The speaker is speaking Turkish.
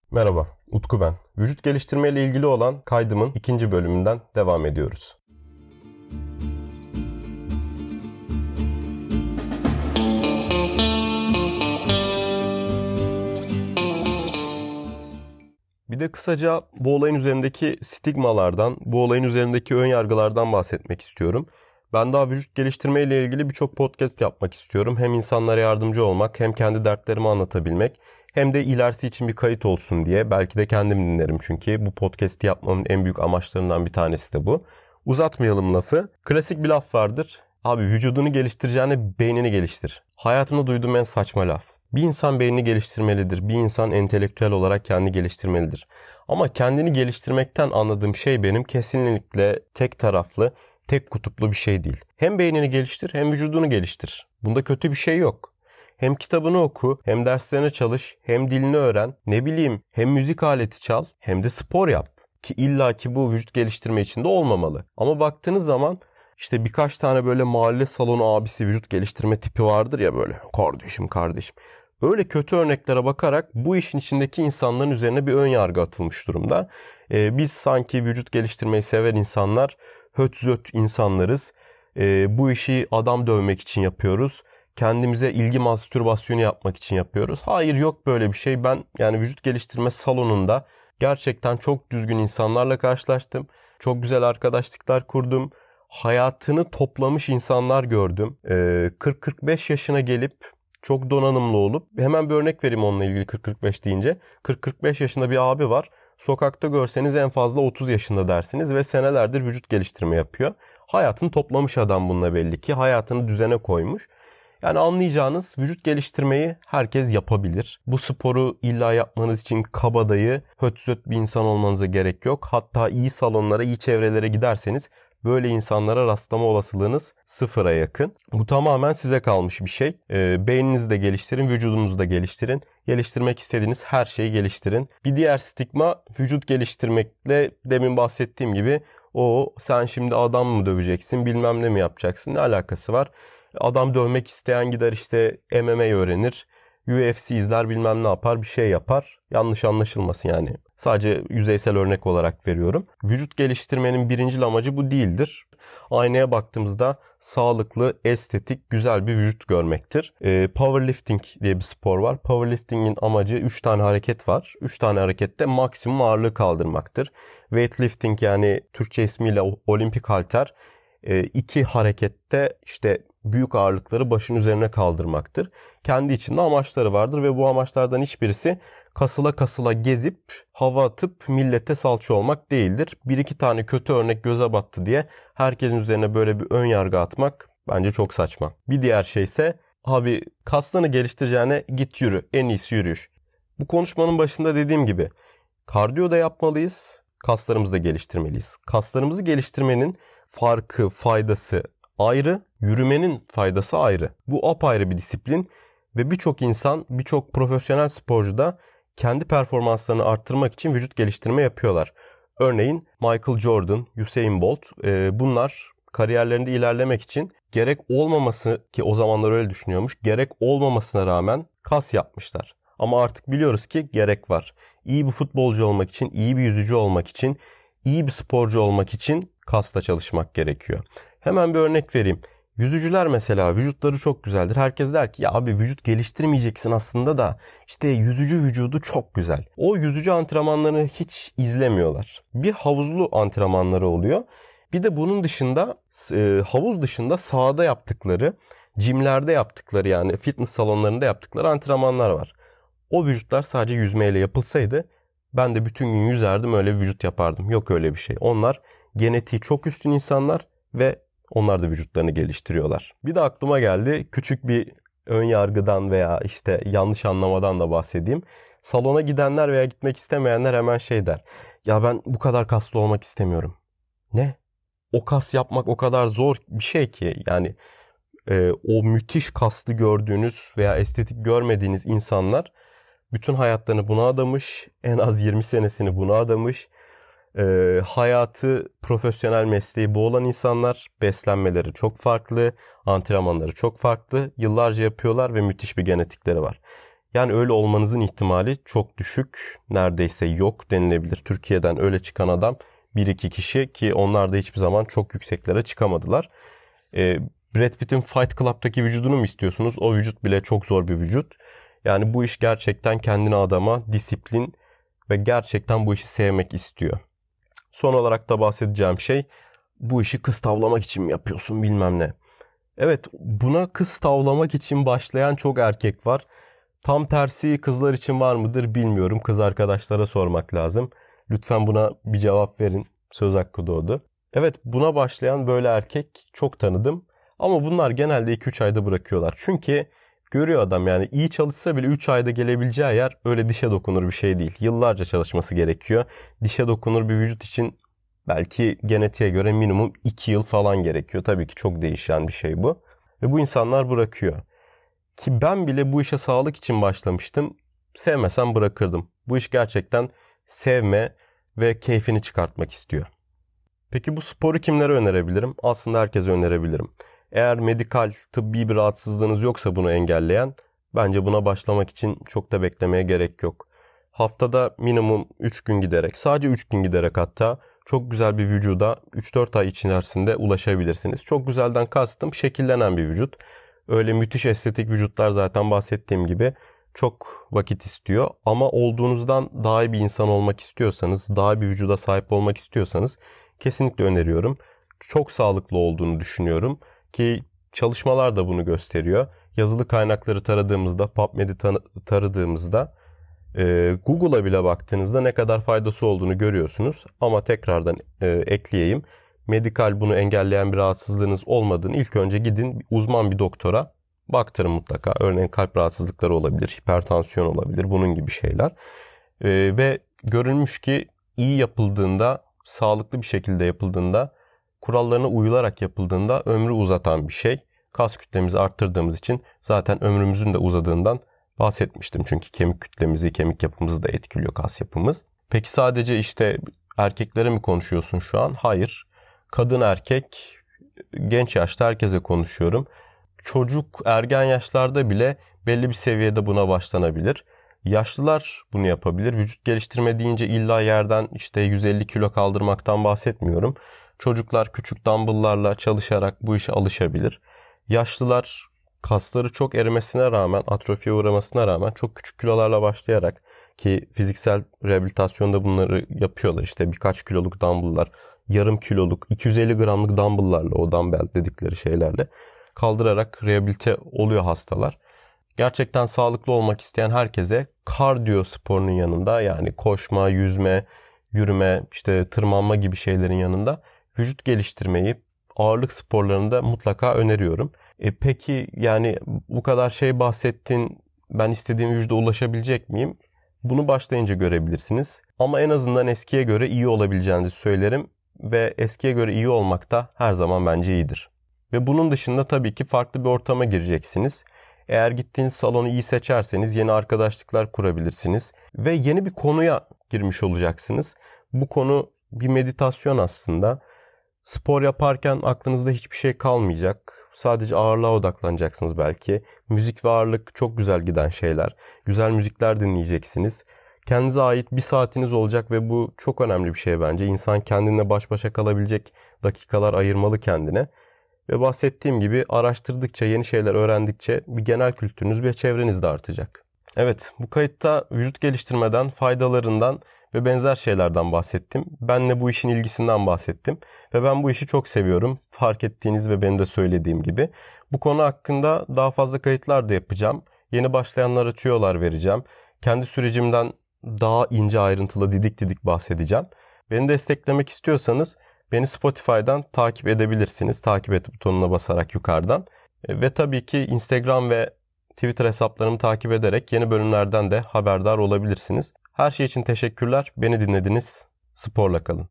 Merhaba, Utku ben. Vücut geliştirme ile ilgili olan kaydımın ikinci bölümünden devam ediyoruz. Bir de kısaca bu olayın üzerindeki stigmalardan, bu olayın üzerindeki önyargılardan bahsetmek istiyorum. Ben daha vücut geliştirme ile ilgili birçok podcast yapmak istiyorum. Hem insanlara yardımcı olmak, hem kendi dertlerimi anlatabilmek, hem de ilerisi için bir kayıt olsun diye. Belki de kendim dinlerim çünkü bu podcast'i yapmamın en büyük amaçlarından bir tanesi de bu. Uzatmayalım lafı. Klasik bir laf vardır. Abi vücudunu geliştireceğine beynini geliştir. Hayatımda duyduğum en saçma laf. Bir insan beynini geliştirmelidir. Bir insan entelektüel olarak kendini geliştirmelidir. Ama kendini geliştirmekten anladığım şey benim kesinlikle tek taraflı, tek kutuplu bir şey değil. Hem beynini geliştir hem vücudunu geliştir. Bunda kötü bir şey yok. Hem kitabını oku, hem derslerine çalış, hem dilini öğren, ne bileyim hem müzik aleti çal, hem de spor yap. Ki illaki bu vücut geliştirme için de olmamalı. Ama baktığınız zaman işte birkaç tane böyle mahalle salonu abisi vücut geliştirme tipi vardır ya böyle. Kardeşim. Öyle kötü örneklere bakarak bu işin içindeki insanların üzerine bir ön yargı atılmış durumda. Biz sanki vücut geliştirmeyi seven insanlar, höt insanlarız. Bu işi adam dövmek için yapıyoruz. Kendimize ilgi mastürbasyonu yapmak için yapıyoruz. Hayır, yok böyle bir şey. Ben yani vücut geliştirme salonunda gerçekten çok düzgün insanlarla karşılaştım. Çok güzel arkadaşlıklar kurdum. Hayatını toplamış insanlar gördüm. 40-45 yaşına gelip çok donanımlı olup, hemen bir örnek vereyim onunla ilgili 40-45 deyince. 40-45 yaşında bir abi var. Sokakta görseniz en fazla 30 yaşında dersiniz ve senelerdir vücut geliştirme yapıyor. Hayatını toplamış adam bununla belli ki. Hayatını düzene koymuş. Yani anlayacağınız vücut geliştirmeyi herkes yapabilir. Bu sporu illa yapmanız için kabadayı, höt bir insan olmanıza gerek yok. Hatta iyi salonlara, iyi çevrelere giderseniz böyle insanlara rastlama olasılığınız sıfıra yakın. Bu tamamen size kalmış bir şey. Beyninizi de geliştirin, vücudunuzu da geliştirin. Geliştirmek istediğiniz her şeyi geliştirin. Bir diğer stigma vücut geliştirmekle demin bahsettiğim gibi sen şimdi adam mı döveceksin, bilmem ne mi yapacaksın, ne alakası var? Adam dövmek isteyen gider işte MMA öğrenir, UFC izler, bilmem ne yapar, bir şey yapar. Yanlış anlaşılmasın yani. Sadece yüzeysel örnek olarak veriyorum. Vücut geliştirmenin birincil amacı bu değildir. Aynaya baktığımızda sağlıklı, estetik, güzel bir vücut görmektir. Powerlifting diye bir spor var. Powerlifting'in amacı 3 tane hareket var. 3 tane harekette maksimum ağırlığı kaldırmaktır. Weightlifting yani Türkçe ismiyle olimpik halter. 2 harekette işte büyük ağırlıkları başın üzerine kaldırmaktır. Kendi içinde amaçları vardır ve bu amaçlardan hiçbirisi kasıla gezip hava atıp millete salça olmak değildir. Bir iki tane kötü örnek göze battı diye herkesin üzerine böyle bir ön yargı atmak bence çok saçma. Bir diğer şey ise abi kaslarını geliştireceğine git yürü, en iyisi yürüyüş. Bu konuşmanın başında dediğim gibi kardiyo da yapmalıyız, kaslarımızı da geliştirmeliyiz. Kaslarımızı geliştirmenin farkı, faydası ayrı, yürümenin faydası ayrı. Bu apayrı bir disiplin ve birçok insan, birçok profesyonel sporcu da kendi performanslarını arttırmak için vücut geliştirme yapıyorlar. Örneğin Michael Jordan, Usain Bolt, bunlar kariyerlerinde ilerlemek için gerek olmaması, ki o zamanlar öyle düşünüyormuş, gerek olmamasına rağmen kas yapmışlar. Ama artık biliyoruz ki gerek var. İyi bir futbolcu olmak için, iyi bir yüzücü olmak için, iyi bir sporcu olmak için kasla çalışmak gerekiyor. Hemen bir örnek vereyim. Yüzücüler mesela vücutları çok güzeldir. Herkes der ki ya abi vücut geliştirmeyeceksin aslında da işte yüzücü vücudu çok güzel. O yüzücü antrenmanlarını hiç izlemiyorlar. Bir havuzlu antrenmanları oluyor. Bir de bunun dışında havuz dışında sahada yaptıkları, jimlerde yaptıkları yani fitness salonlarında yaptıkları antrenmanlar var. O vücutlar sadece yüzmeyle yapılsaydı ben de bütün gün yüzerdim, öyle bir vücut yapardım. Yok öyle bir şey. Onlar genetiği çok üstün insanlar ve onlar da vücutlarını geliştiriyorlar. Bir de aklıma geldi, küçük bir ön yargıdan veya işte yanlış anlamadan da bahsedeyim. Salona gidenler veya gitmek istemeyenler hemen şey der. Ya ben bu kadar kaslı olmak istemiyorum. Ne? O kas yapmak o kadar zor bir şey ki yani o müthiş kaslı gördüğünüz veya estetik görmediğiniz insanlar bütün hayatlarını buna adamış, en az 20 senesini buna adamış. Hayatı, profesyonel mesleği bu olan insanlar, beslenmeleri çok farklı, antrenmanları çok farklı, yıllarca yapıyorlar ve müthiş bir genetikleri var. Yani öyle olmanızın ihtimali çok düşük, neredeyse yok denilebilir. Türkiye'den öyle çıkan adam 1-2 kişi ki onlar da hiçbir zaman çok yükseklere çıkamadılar. Brad Pitt'in Fight Club'daki vücudunu mu istiyorsunuz? O vücut bile çok zor bir vücut. Yani bu iş gerçekten kendine adama disiplin ve gerçekten bu işi sevmek istiyor. Son olarak da bahsedeceğim şey, bu işi kız tavlamak için mi yapıyorsun bilmem ne. Evet, buna kız tavlamak için başlayan çok erkek var. Tam tersi kızlar için var mıdır bilmiyorum. Kız arkadaşlara sormak lazım. Lütfen buna bir cevap verin. Söz hakkı doğdu. Evet, buna başlayan böyle erkek çok tanıdım. Ama bunlar genelde 2-3 ayda bırakıyorlar. Çünkü görüyor adam, yani iyi çalışsa bile 3 ayda gelebileceği yer öyle dişe dokunur bir şey değil. Yıllarca çalışması gerekiyor. Dişe dokunur bir vücut için belki genetiğe göre minimum 2 yıl falan gerekiyor. Tabii ki çok değişen bir şey bu. Ve bu insanlar bırakıyor. Ki ben bile bu işe sağlık için başlamıştım. Sevmesem bırakırdım. Bu iş gerçekten sevme ve keyfini çıkartmak istiyor. Peki bu sporu kimlere önerebilirim? Aslında herkese önerebilirim. Eğer medikal, tıbbi bir rahatsızlığınız yoksa bunu engelleyen, bence buna başlamak için çok da beklemeye gerek yok. Haftada minimum 3 gün giderek, sadece 3 gün giderek hatta çok güzel bir vücuda 3-4 ay içerisinde ulaşabilirsiniz. Çok güzelden kastım şekillenen bir vücut. Öyle müthiş estetik vücutlar zaten bahsettiğim gibi çok vakit istiyor. Ama olduğunuzdan daha iyi bir insan olmak istiyorsanız, daha iyi bir vücuda sahip olmak istiyorsanız kesinlikle öneriyorum. Çok sağlıklı olduğunu düşünüyorum ki çalışmalar da bunu gösteriyor. Yazılı kaynakları taradığımızda, PubMed'i taradığımızda, Google'a bile baktığınızda ne kadar faydası olduğunu görüyorsunuz. Ama tekrardan ekleyeyim. Medikal bunu engelleyen bir rahatsızlığınız olmadığını ilk önce gidin uzman bir doktora baktırın mutlaka. Örneğin kalp rahatsızlıkları olabilir, hipertansiyon olabilir, bunun gibi şeyler. Ve görülmüş ki iyi yapıldığında, sağlıklı bir şekilde yapıldığında, kurallarına uyularak yapıldığında ömrü uzatan bir şey. Kas kütlemizi arttırdığımız için zaten ömrümüzün de uzadığından bahsetmiştim. Çünkü kemik kütlemizi, kemik yapımızı da etkiliyor kas yapımız. Peki sadece işte erkeklere mi konuşuyorsun şu an? Hayır. Kadın, erkek, genç yaşta herkese konuşuyorum. Çocuk, ergen yaşlarda bile belli bir seviyede buna başlanabilir. Yaşlılar bunu yapabilir. Vücut geliştirme deyince illa yerden işte 150 kilo kaldırmaktan bahsetmiyorum. Çocuklar küçük dumbbell'larla çalışarak bu işe alışabilir. Yaşlılar kasları çok erimesine rağmen, atrofiye uğramasına rağmen çok küçük kilolarla başlayarak, ki fiziksel rehabilitasyonda bunları yapıyorlar. İşte birkaç kiloluk dumbbell'lar, yarım kiloluk, 250 gramlık dumbbell'larla, o dumbbell dedikleri şeylerle kaldırarak rehabilite oluyor hastalar. Gerçekten sağlıklı olmak isteyen herkese kardiyo sporunun yanında, yani koşma, yüzme, yürüme, işte tırmanma gibi şeylerin yanında vücut geliştirmeyi, ağırlık sporlarını da mutlaka öneriyorum. Peki yani bu kadar şey bahsettin, ben istediğim vücuda ulaşabilecek miyim? Bunu başlayınca görebilirsiniz. Ama en azından eskiye göre iyi olabileceğinizi söylerim ve eskiye göre iyi olmak da her zaman bence iyidir. Ve bunun dışında tabii ki farklı bir ortama gireceksiniz. Eğer gittiğiniz salonu iyi seçerseniz yeni arkadaşlıklar kurabilirsiniz ve yeni bir konuya girmiş olacaksınız. Bu konu bir meditasyon aslında. Spor yaparken aklınızda hiçbir şey kalmayacak. Sadece ağırlığa odaklanacaksınız belki. Müzik ve ağırlık çok güzel giden şeyler. Güzel müzikler dinleyeceksiniz. Kendinize ait bir saatiniz olacak ve bu çok önemli bir şey bence. İnsan kendine baş başa kalabilecek dakikalar ayırmalı kendine. Ve bahsettiğim gibi araştırdıkça, yeni şeyler öğrendikçe bir genel kültürünüz ve çevreniz de artacak. Evet, bu kayıtta vücut geliştirmeden, faydalarından ve benzer şeylerden bahsettim. Benle bu işin ilgisinden bahsettim. Ve ben bu işi çok seviyorum. Fark ettiğiniz ve benim de söylediğim gibi. Bu konu hakkında daha fazla kayıtlar da yapacağım. Yeni başlayanlara tüyolar vereceğim. Kendi sürecimden daha ince, ayrıntılı, didik didik bahsedeceğim. Beni desteklemek istiyorsanız beni Spotify'dan takip edebilirsiniz. Takip et butonuna basarak yukarıdan. Ve tabii ki Instagram ve Twitter hesaplarımı takip ederek yeni bölümlerden de haberdar olabilirsiniz. Her şey için teşekkürler. Beni dinlediniz. Sporla kalın.